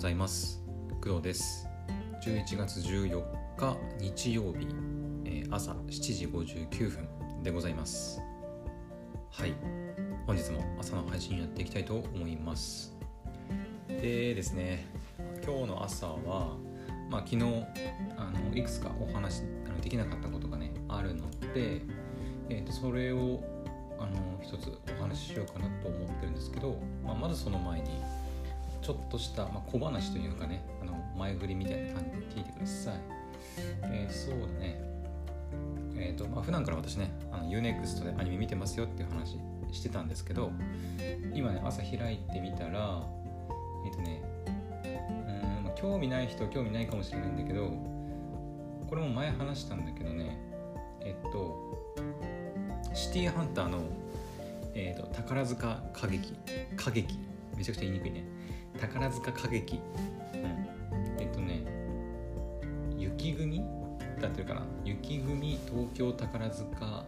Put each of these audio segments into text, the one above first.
ざいます。工藤です。11月14日日曜日、朝7時59分でございます。はい、本日も朝の配信やっていきたいと思います。でですね、今日の朝は、昨日いくつかお話できなかったことがねあるので、それを一つお話ししようかなと思ってるんですけど、まずその前にちょっとした、小話というかね、前振りみたいな感じで聞いてください。そうだね、普段から私ねUNEXT でアニメ見てますよっていう話してたんですけど、今ね朝開いてみたら興味ない人は興味ないかもしれないんだけど、これも前話したんだけどね、シティーハンターの、宝塚歌劇めちゃくちゃ言いにくいね、宝塚歌劇、雪組だってるかな、雪組東京宝塚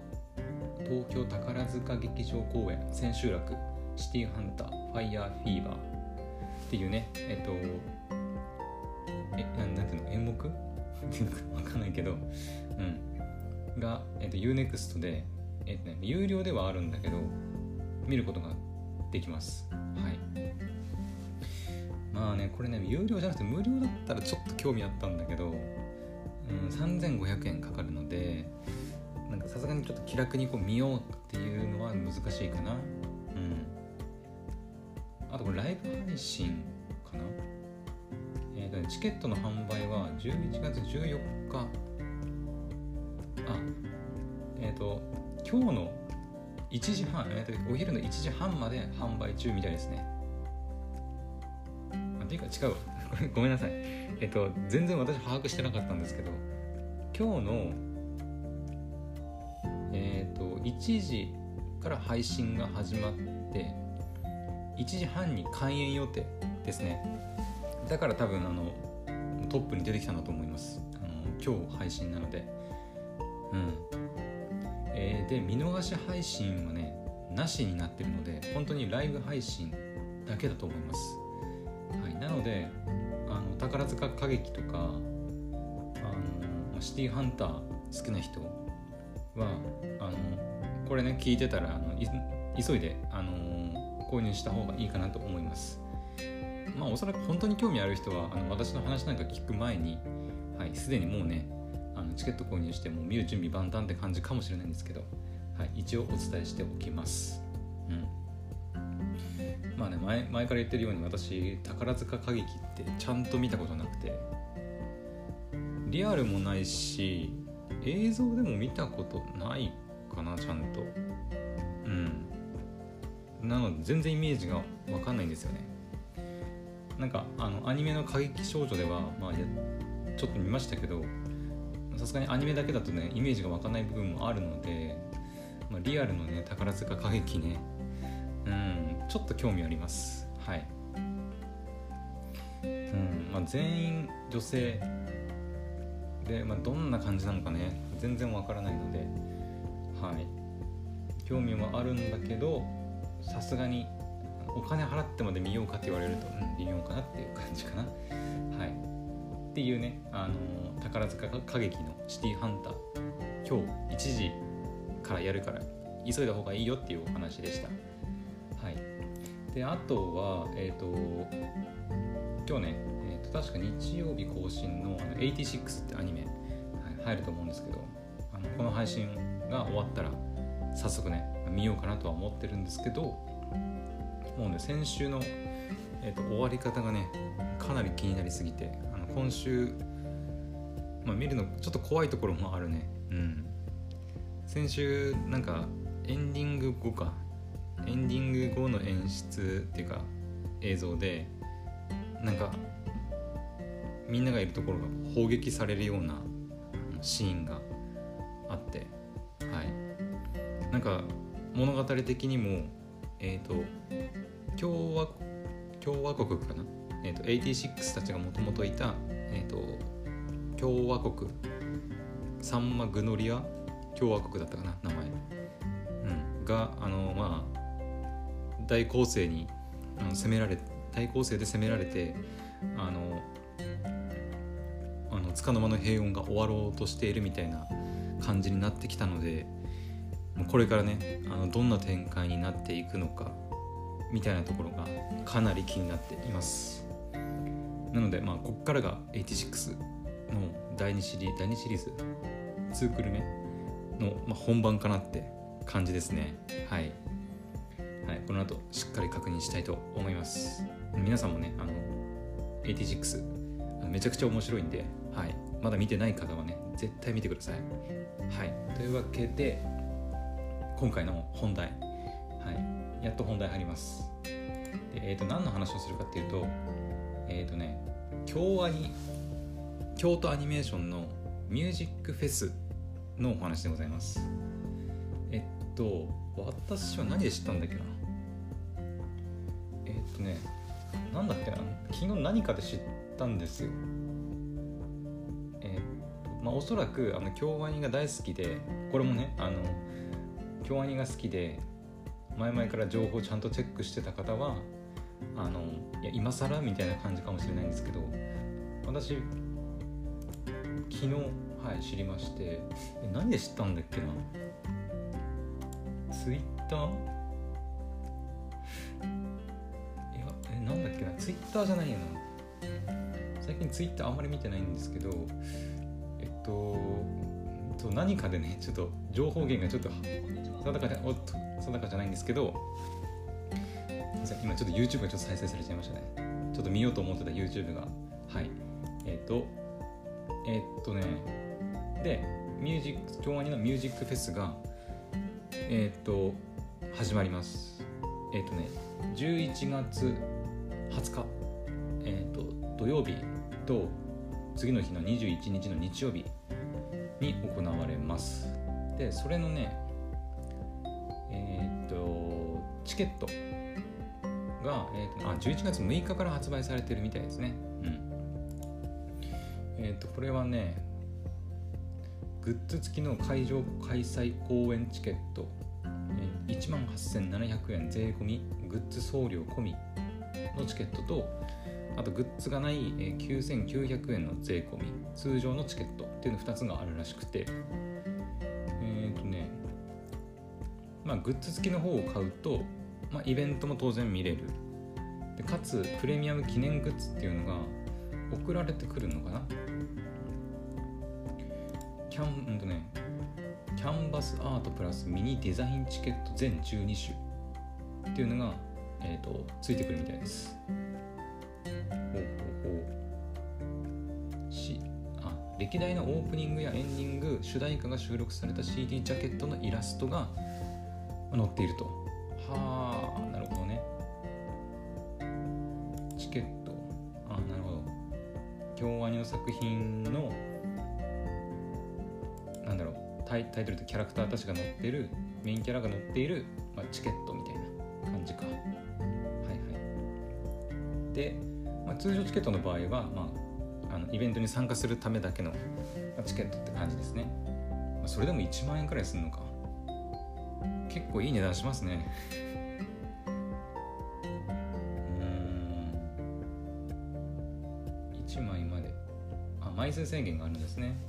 劇場公演千秋楽シティーハンターファイヤーフィーバーっていうね、なんていうの、演目わかんないけど、が、UNEXT で、有料ではあるんだけど見ることができます。はい。これね、有料じゃなくて無料だったらちょっと興味あったんだけど、3500円かかるので、さすがにちょっと気楽に見ようっていうのは難しいかな。あとこれライブ配信かな。チケットの販売は11月14日、今日の1時半、お昼の1時半まで販売中みたいですね。ていうか違うわごめんなさい。全然私把握してなかったんですけど、今日の1時から配信が始まって1時半に開演予定ですね。だから多分トップに出てきたんだと思います。今日配信なので。で見逃し配信はねなしになってるので、本当にライブ配信だけだと思います。はい、なので宝塚歌劇とかシティーハンター好きな人はこれね聞いてたら急いで購入した方がいいかなと思います。おそらく本当に興味ある人は私の話なんか聞く前にすでにもうねチケット購入してもう見る準備万端って感じかもしれないんですけど、一応お伝えしておきます。前から言ってるように、私宝塚歌劇ってちゃんと見たことなくて、リアルもないし映像でも見たことないかな、ちゃんと。なので全然イメージが分かんないんですよね。アニメの歌劇少女ではちょっと見ましたけど、さすがにアニメだけだとねイメージが湧かない部分もあるので、リアルのね宝塚歌劇ね、ちょっと興味あります。はい。全員女性で、どんな感じなのかね全然わからないので、興味はあるんだけど、さすがにお金払ってまで見ようかって言われると微妙かなっていう感じかな。っていうね、宝塚歌劇のシティーハンター、今日1時からやるから急いだ方がいいよっていうお話でした。で、あとは今日ね、確か日曜日更新の86ってアニメ、入ると思うんですけど、この配信が終わったら早速ね見ようかなとは思ってるんですけど、もうね先週の、終わり方がねかなり気になりすぎて、今週、見るのちょっと怖いところもあるね。先週エンディング後の演出っていうか映像でみんながいるところが砲撃されるようなシーンがあって、物語的にも共和国かな、86たちがもともといた、共和国サンマグノリア共和国だったかな名前、が大攻勢で攻められて、 束の間の平穏が終わろうとしているみたいな感じになってきたので、もうこれからねどんな展開になっていくのかみたいなところがかなり気になっています。なのでこっからが86の第2シリーズ2クール目の、本番かなって感じですね。はい、この後しっかり確認したいと思います。皆さんもね86めちゃくちゃ面白いんで、まだ見てない方はね絶対見てください。というわけで今回の本題、やっと本題入ります。で何の話をするかっていうと京都アニメーションのミュージックフェスのお話でございます。私は何で知ったんだっけな。なんだっけな、昨日何かで知ったんですよ。おそらく京アニが大好きで、これもね京アニが好きで前々から情報をちゃんとチェックしてた方はいや今更みたいな感じかもしれないんですけど、私昨日知りまして、何で知ったんだっけな。ツイッターなんだっけな、ツイッターじゃないよな。最近ツイッターあんまり見てないんですけど、何かでねちょっと情報源がちょっと定かじゃないんですけど、今ちょっと YouTube がちょっと再生されちゃいましたね。ちょっと見ようと思ってた YouTube がで京アニのミュージックフェスが始まります。11月20日、土曜日と次の日の21日の日曜日に行われます。でそれのねチケットが、11月6日から発売されてるみたいですね。これはねグッズ付きの会場開催公演チケット、18,700円税込みグッズ送料込みのチケットと、あとグッズがない、9,900円の税込み通常のチケットっていうの2つがあるらしくて、グッズ付きの方を買うと、イベントも当然見れる。でかつプレミアム記念グッズっていうのが送られてくるのかな。キャンバスアートプラスミニデザインチケット全12種っていうのが、ついてくるみたいです。歴代のオープニングやエンディング主題歌が収録された CD ジャケットのイラストが載っていると。なるほどね。チケットなるほど。京アニの作品のタイトルとキャラクターたちが載っている、メインキャラが載っている、チケットみたいな感じか。で、通常チケットの場合は、イベントに参加するためだけのチケットって感じですね。それでも1万円くらいするのか。結構いい値段しますね。1枚まで枚数制限があるんですね。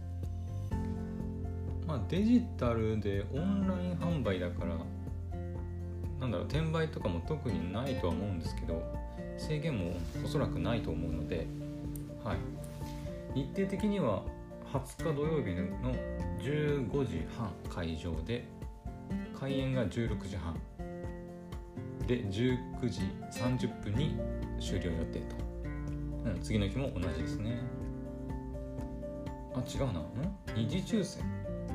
デジタルでオンライン販売だから転売とかも特にないとは思うんですけど、制限もおそらくないと思うので、日程的には20日土曜日の15時半会場で、開演が16時半で19時30分に終了予定と。次の日も同じですね。違うな。二次抽選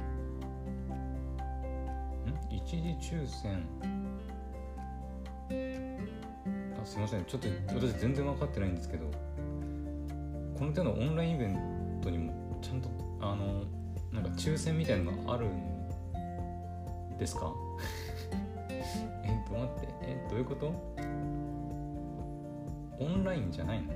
一次抽選すいません、ちょっと私全然分かってないんですけど、この手のオンラインイベントにもちゃんと抽選みたいなのがあるんですか？待ってどういうこと？オンラインじゃないの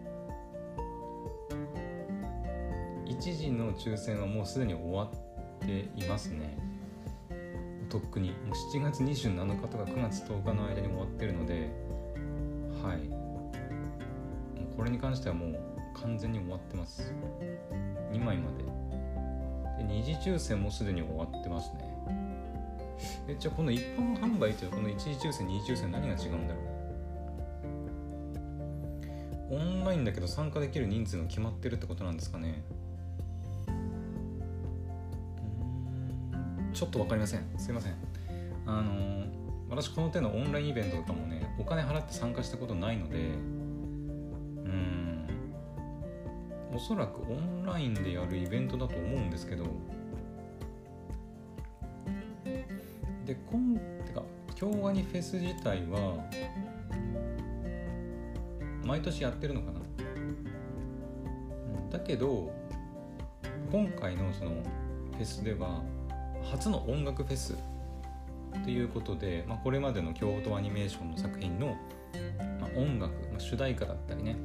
？1時の抽選はもうすでに終わっていますね。とっくにもう7月27日とか9月10日の間に終わってるので、 これに関してはもう完全に終わってます。2枚まで二次抽選もすでに終わってますね。じゃあこの一般販売とこの一次抽選二次抽選何が違うんだろう。オンラインだけど参加できる人数が決まってるってことなんですかね。ちょっと分かりません。すいません。私この手のオンラインイベントとかもね、お金払って参加したことないので、おそらくオンラインでやるイベントだと思うんですけど、で京アニフェス自体は毎年やってるのかな。だけど今回のそのフェスでは初の音楽フェスということで、これまでの京都アニメーションの作品の、音楽、主題歌だったりね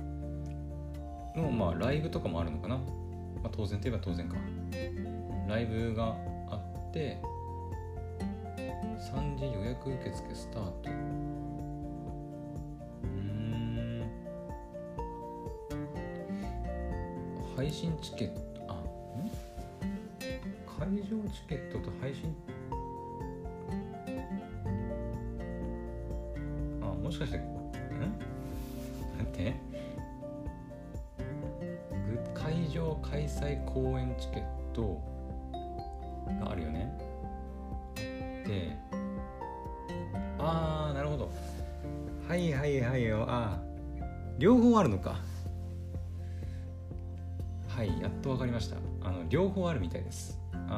の、ライブとかもあるのかな。当然といえば当然か。ライブがあって3時予約受付スタート。配信チケット、会場チケットと配信、もしかして待って会場開催公演チケットがあるよね。でなるほど、はい両方あるのか。はい、やっと分かりました。両方あるみたいです。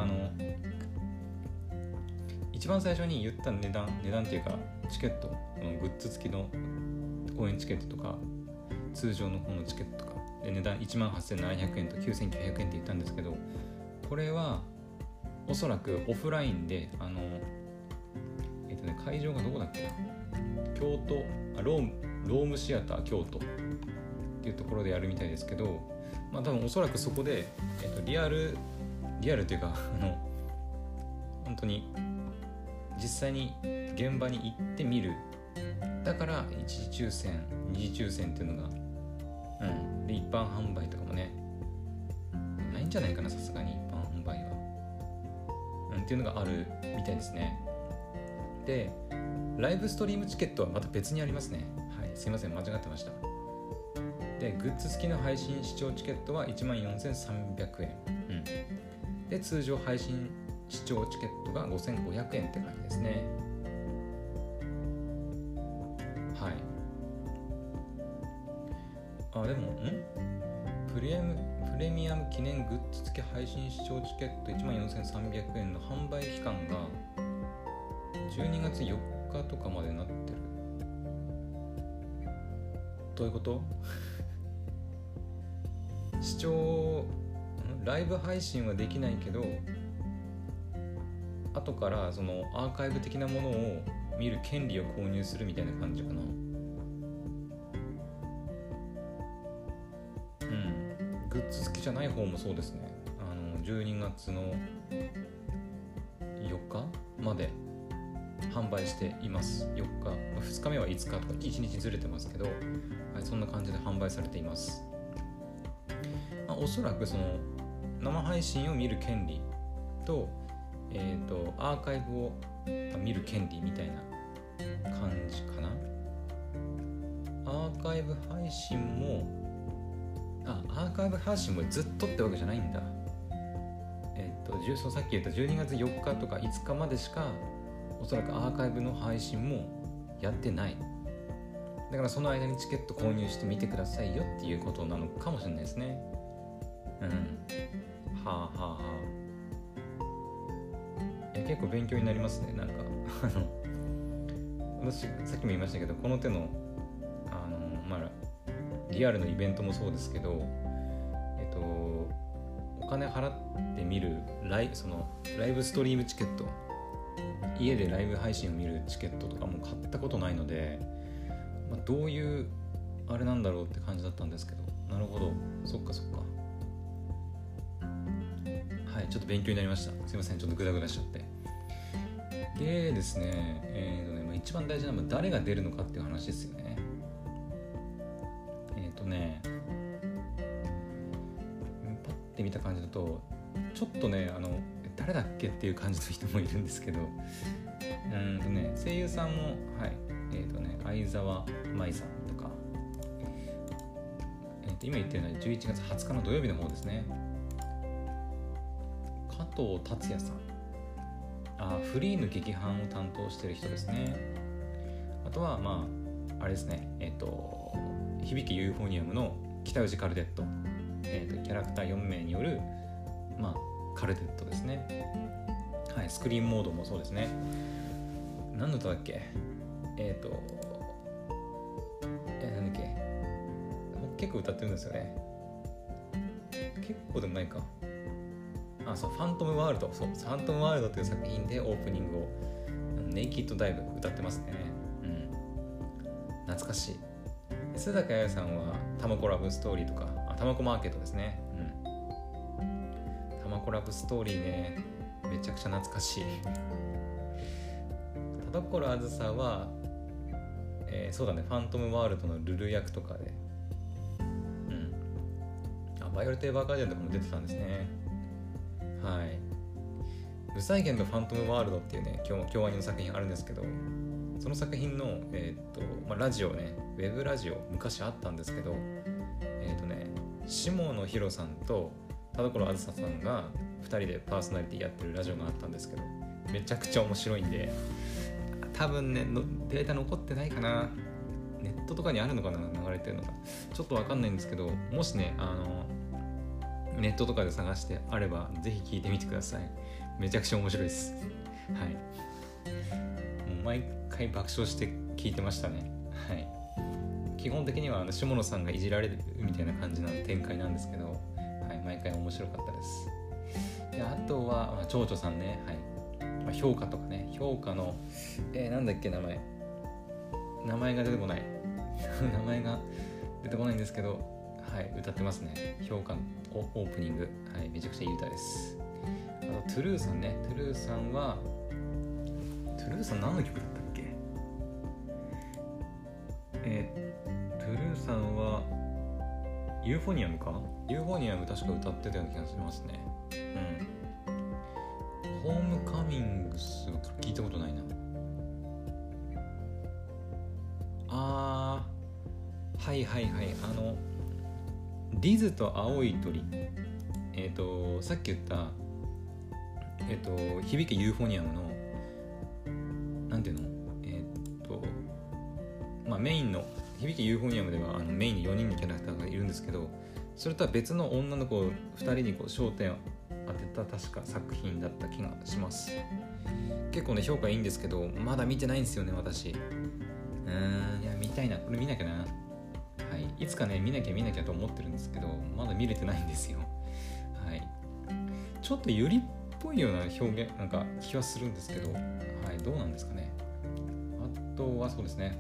一番最初に言った値段っていうかチケット、グッズ付きの公演チケットとか通常の方のチケットとかで値段 18,700 円と 9,900 円って言ったんですけど、これはおそらくオフラインで会場がどこだっけ、京都ロームシアター京都っていうところでやるみたいですけど、多分おそらくそこで、リアルというか本当に実際に現場に行ってみる。だから一次抽選二次抽選っていうのが、で一般販売とかもねないんじゃないかな、さすがに一般販売は、っていうのがあるみたいですね。でライブストリームチケットはまた別にありますね。はい、すいません、間違ってました。でグッズ付きの配信視聴チケットは 14,300 円、で通常配信視聴チケットが 5,500 円って感じですね。はい。でもプレミアム記念グッズ付き配信視聴チケット 14,300 円の販売期間が12月4日とかまでなってる。どういうこと視聴ライブ配信はできないけど後からそのアーカイブ的なものを見る権利を購入するみたいな感じかな。グッズ付きじゃない方もそうですね。12月の4日まで販売しています。4日、2日目は5日とか1日ずれてますけど、そんな感じで販売されています。おそらくその生配信を見る権利と、アーカイブを見る権利みたいな感じかな。アーカイブ配信もずっとってわけじゃないんだ。さっき言った12月4日とか5日までしかおそらくアーカイブの配信もやってない。だからその間にチケット購入してみてくださいよっていうことなのかもしれないですね。結構勉強になりますね。なんか私さっきも言いましたけど、この手のリアルのイベントもそうですけど、お金払って見るライブストリームチケット、家でライブ配信を見るチケットとかも買ったことないので、どういうあれなんだろうって感じだったんですけど、なるほど、そっかはい、ちょっと勉強になりました。すいません、ちょっとグダグダしちゃって。でですね、一番大事なのは誰が出るのかっていう話ですよね。 パッて見た感じだとちょっとね誰だっけっていう感じの人もいるんですけど、声優さんも相沢舞さんとか、今言ってるのは11月20日の土曜日の方ですね。加藤達也さん、フリーの劇伴を担当してる人ですね。あとはあれですね、響きユーフォニアムの北内カルデット、キャラクター4名によるカルデットですね。はい、スクリーンモードもそうですね。何の歌だっけ？なんだっけ？結構歌ってるんですよね。結構でもないか。そう、ファントムワールド。そう、ファントムワールドという作品でオープニングをネイキッドダイブ歌ってますね。懐かしい。須坂彩さんはタマコラブストーリーとか、タマコマーケットですね。タマコラブストーリーね、めちゃくちゃ懐かしい。田所あずさは、そうだね、ファントムワールドのルル役とかで、バイオレット・エヴァーガーディアンとかも出てたんですね。はい。無再現のファントムワールドっていうね、京アニの作品あるんですけど、その作品の、ラジオね、ウェブラジオ昔あったんですけど、下野紘さんと田所あずささんが2人でパーソナリティやってるラジオがあったんですけど、めちゃくちゃ面白いんで、多分ねデータ残ってないかな、ネットとかにあるのかな、流れてるのかちょっと分かんないんですけど、もしねネットとかで探してあればぜひ聞いてみてください。めちゃくちゃ面白いです。はい、もう毎回爆笑して聞いてましたね。はい、基本的には下野さんがいじられるみたいな感じの展開なんですけど、はい、毎回面白かったです。で、あとは蝶々さんね、はい、評価とかね、評価のなんだっけ、名前が出てこない名前が出てこないんですけど、はい、歌ってますね。評価のオープニング、はい、めちゃくちゃいい歌です。あとトゥルーさんね、トゥルーさん何の曲だったっけ？トゥルーさんはユーフォニアムか？ユーフォニアム確か歌ってたような気がしますね。ホームカミングスは聞いたことないな。はいリズと青い鳥、さっき言った響けユーフォニアムのなんていうの、メインの響けユーフォニアムではメインに4人のキャラクターがいるんですけど、それとは別の女の子2人に焦点を当てた確か作品だった気がします。結構ね評価いいんですけど、まだ見てないんですよね私。いや見たいな、これ見なきゃな。はい、いつかね見なきゃと思ってるんですけど、まだ見れてないんですよ。はい、ちょっとユリっぽいような表現なんか気はするんですけど、はい、どうなんですかね。あとはそうですね、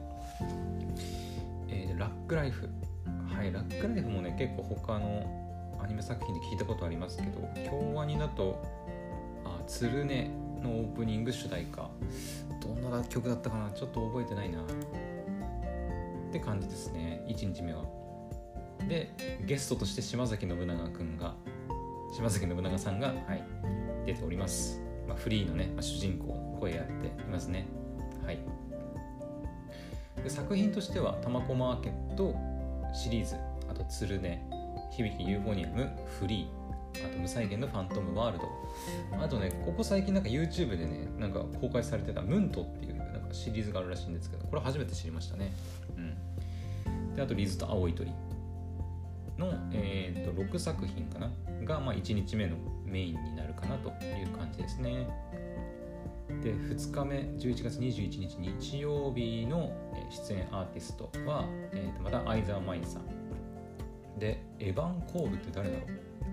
ラックライフ、はい、ラックライフもね結構他のアニメ作品で聞いたことありますけど、京アニだとつるねのオープニング主題歌、どんな曲だったかな、ちょっと覚えてないなって感じですね。1日目はでゲストとして島崎信長さんが、はい、出ております。フリーのね、主人公声やっていますね。はい。で作品としてはタマコマーケットシリーズ、あとつるね、響きユーフォニアム、フリー、あと無再現のファントムワールド、あとねここ最近なんか YouTube でねなんか公開されてたムントっていうなんかシリーズがあるらしいんですけど、これ初めて知りましたね。であとリズと青い鳥の、6作品かなが、1日目のメインになるかなという感じですね。で2日目11月21日日曜日の出演アーティストは、また相沢舞さんで、エヴァン・コールって誰だろう。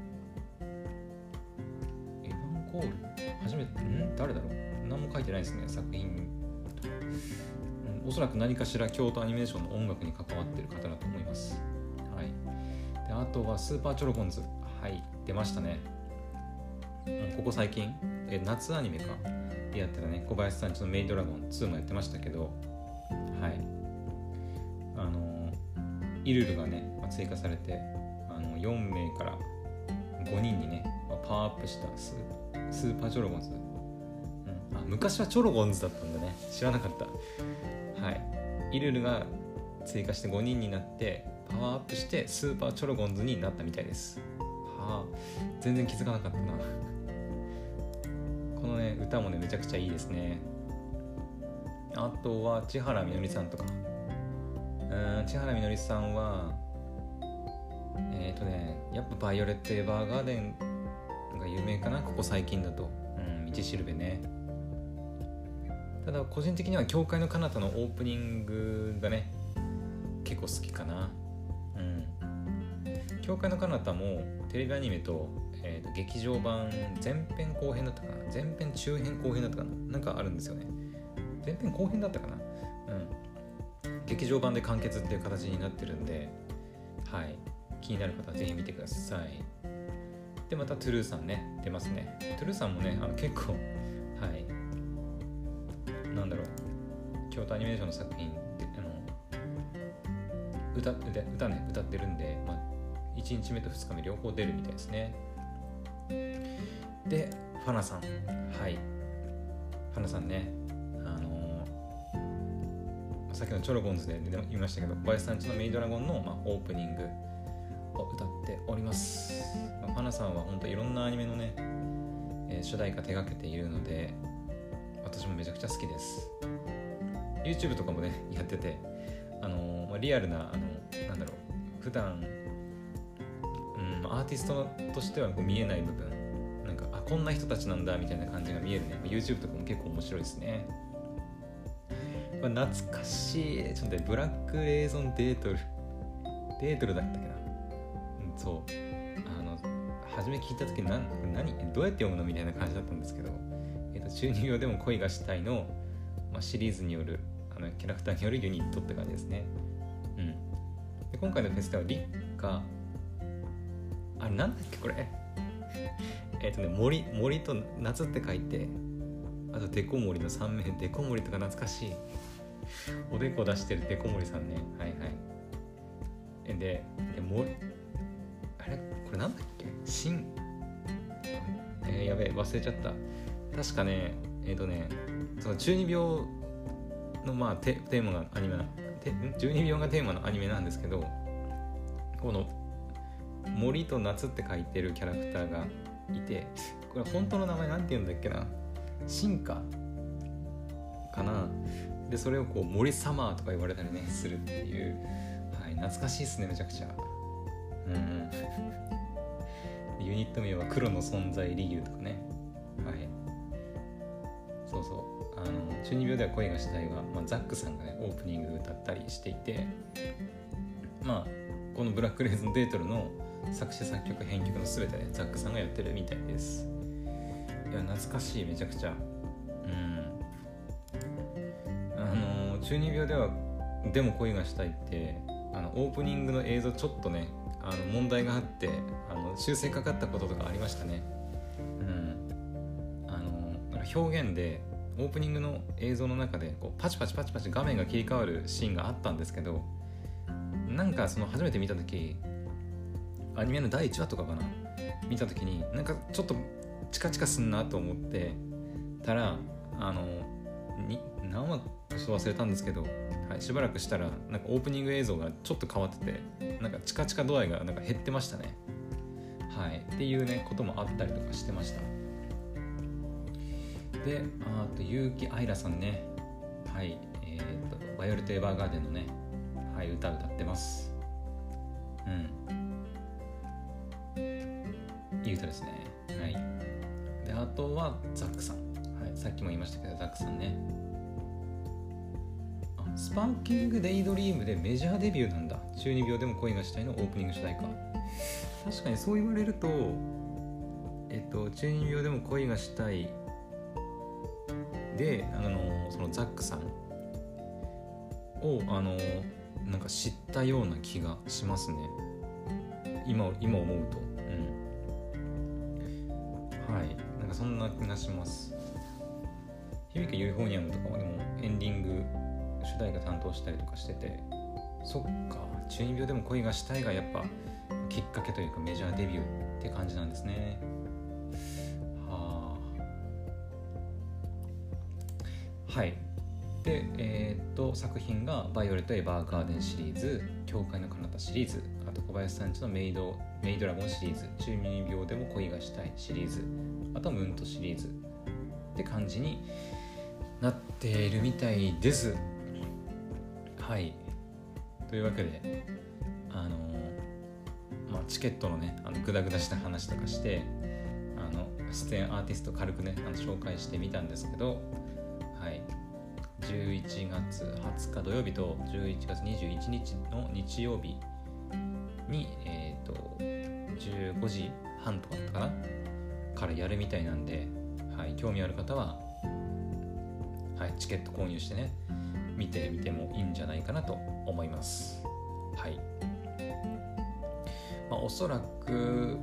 エヴァン・コール初めて誰だろう。何も書いてないですね作品。おそらく何かしら京都アニメーションの音楽に関わっている方だと思います。はい。であとはスーパーチョロコンズ、はい出ましたね。ここ最近夏アニメかやってたね、小林さんちのメイドラゴン2もやってましたけど、はい、イルルがね追加されて4名から5人にねパワーアップしたスーパーチョロゴンズ、昔はチョロゴンズだったんだね、知らなかった。はい、イルルが追加して5人になってパワーアップしてスーパーチョロゴンズになったみたいです。全然気づかなかったな。このね歌もねめちゃくちゃいいですね。あとは千原みのりさんとか、千原みのりさんはやっぱバイオレット・エヴァーガーデンが有名かな、ここ最近だと。道しるべね。ただ個人的には教会の彼方のオープニングがね結構好きかな。教会の彼方もテレビアニメと、劇場版前編後編だったかな、前編中編後編だったかな、なんかあるんですよね。前編後編だったかな。劇場版で完結っていう形になってるんで、はい、気になる方はぜひ見てください。でまたトゥルーさんね出ますね。トゥルーさんもね結構なんだろう、京都アニメーションの作品で歌ってるんで、1日目と2日目両方出るみたいですね。でファナさん、ファナさんね、さっきのチョロゴンズで言いましたけど、小林さんちのメイドラゴンの、オープニングを歌っております。ファナさんは本当いろんなアニメのね、主題歌手掛けているので私もめちゃくちゃ好きです。 YouTube とかもねやっててリアルななんだろう、普段アーティストとしてはこう見えない部分、なんかこんな人たちなんだみたいな感じが見えるね YouTube とかも結構面白いですね。懐かしい。ちょっとね、ブラックレーゾンデートルだったっけな。そう初め聞いた時何どうやって読むのみたいな感じだったんですけど、中二病でも恋がしたいの、シリーズによるキャラクターによるユニットって感じですね。で今回のフェスではリッカなんだっけこれ森と夏って書いて、あとデコ森の3名、デコ森とか懐かしい。おでこ出してるデコ森さんね。であれこれなんだっけ、やべえ忘れちゃった。確かねその中二病のテーマがアニメ中二病がテーマのアニメなんですけど、この森と夏って書いてるキャラクターがいて、これ本当の名前なんて言うんだっけな、進化かな。でそれをこう森サマーとか言われたりねするっていう、懐かしいですねめちゃくちゃ。ユニット名は黒の存在理由とかね。中二病では恋がしたいは、ザックさんがねオープニング歌ったりしていて、このブラックレーズンデートルの作詞作曲編曲の全てねザックさんがやってるみたいです。いや懐かしいめちゃくちゃ。中二病でも恋がしたいってオープニングの映像ちょっとね問題があって修正かかったこととかありましたね。表現でオープニングの映像の中でこうパチパチ画面が切り替わるシーンがあったんですけど、なんかその初めて見た時、アニメの第1話とかかな見た時になんかちょっとチカチカすんなと思ってたら何話かちょっと忘れたんですけど、しばらくしたらなんかオープニング映像がちょっと変わってて、なんかチカチカ度合いがなんか減ってましたね。っていうねこともあったりとかしてました。で結城愛羅さんね、バイオレット・エヴァーガーデンのね、歌ってます。いい歌ですね。であとはザックさん、さっきも言いましたけどザックさんね、スパーキング・デイ・ドリームでメジャーデビューなんだ。中二病でも恋がしたいのオープニング主題歌。確かにそう言われると中二病でも恋がしたいでそのザックさんをなんか知ったような気がしますね。今思うと、なんかそんな気がします。響けユーフォニアムとかもでもエンディング主題歌担当したりとかしてて、 そっか、中二病でも恋がしたいがやっぱきっかけというかメジャーデビューって感じなんですね。はあ、はい。で、作品がバイオレット・エヴァーガーデンシリーズ、教会の彼方シリーズ、あと小林さんちのメイドラゴンシリーズ、中二病でも恋がしたいシリーズ、あとムントシリーズって感じになっているみたいです。はい。というわけでチケットのねグダグダした話とかして出演アーティスト軽くね紹介してみたんですけど、はい、11月20日土曜日と11月21日の日曜日に15時半とかだったかなからやるみたいなんで、はい、興味ある方は、はい、チケット購入してね見てみてもいいんじゃないかなと思います。はい。おそらく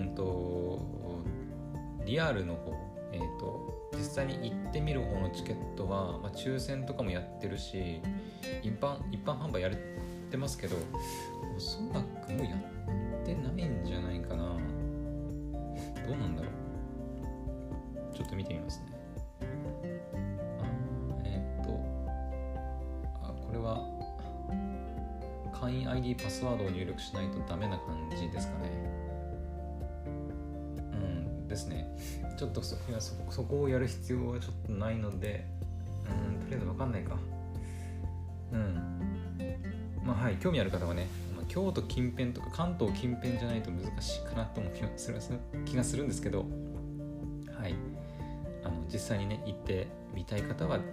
リアルの方、実際に行ってみる方のチケットは、抽選とかもやってるし一般販売やってますけど、おそらくもうやってないんじゃないかな。どうなんだろう、ちょっと見てみますね。これは会員 ID パスワードを入力しないとダメな感じですかね。ですね。ちょっとそこをやる必要はちょっとないので、とりあえず分かんないか。はい、興味ある方はね、京都近辺とか関東近辺じゃないと難しいかなと思う気がするんですけど、はい、実際にね行ってみたい方は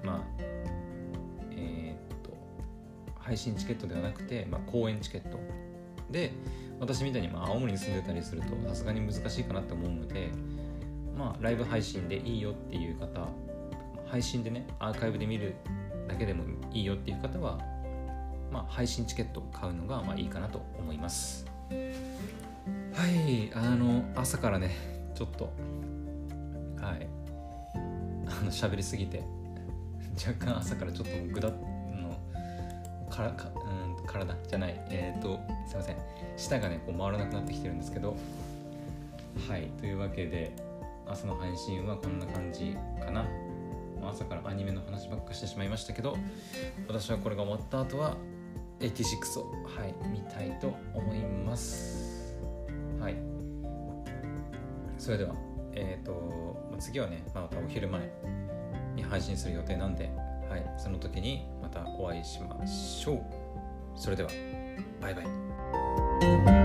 配信チケットではなくて、公演チケットで、私みたいに青森に住んでたりするとさすがに難しいかなと思うので、ライブ配信でいいよっていう方、配信でねアーカイブで見るだけでもいいよっていう方は、配信チケットを買うのがいいかなと思います。はい、朝からねちょっと喋りすぎて若干朝からちょっとグダッ体じゃない、すいません、舌がねこう回らなくなってきてるんですけど、はい、というわけで朝の配信はこんな感じかな。朝からアニメの話ばっかしてしまいましたけど、私はこれが終わった後は86を、見たいと思います。はい、それでは次はねまたお昼前に配信する予定なんで、その時にまたお会いしましょう。それではバイバイ。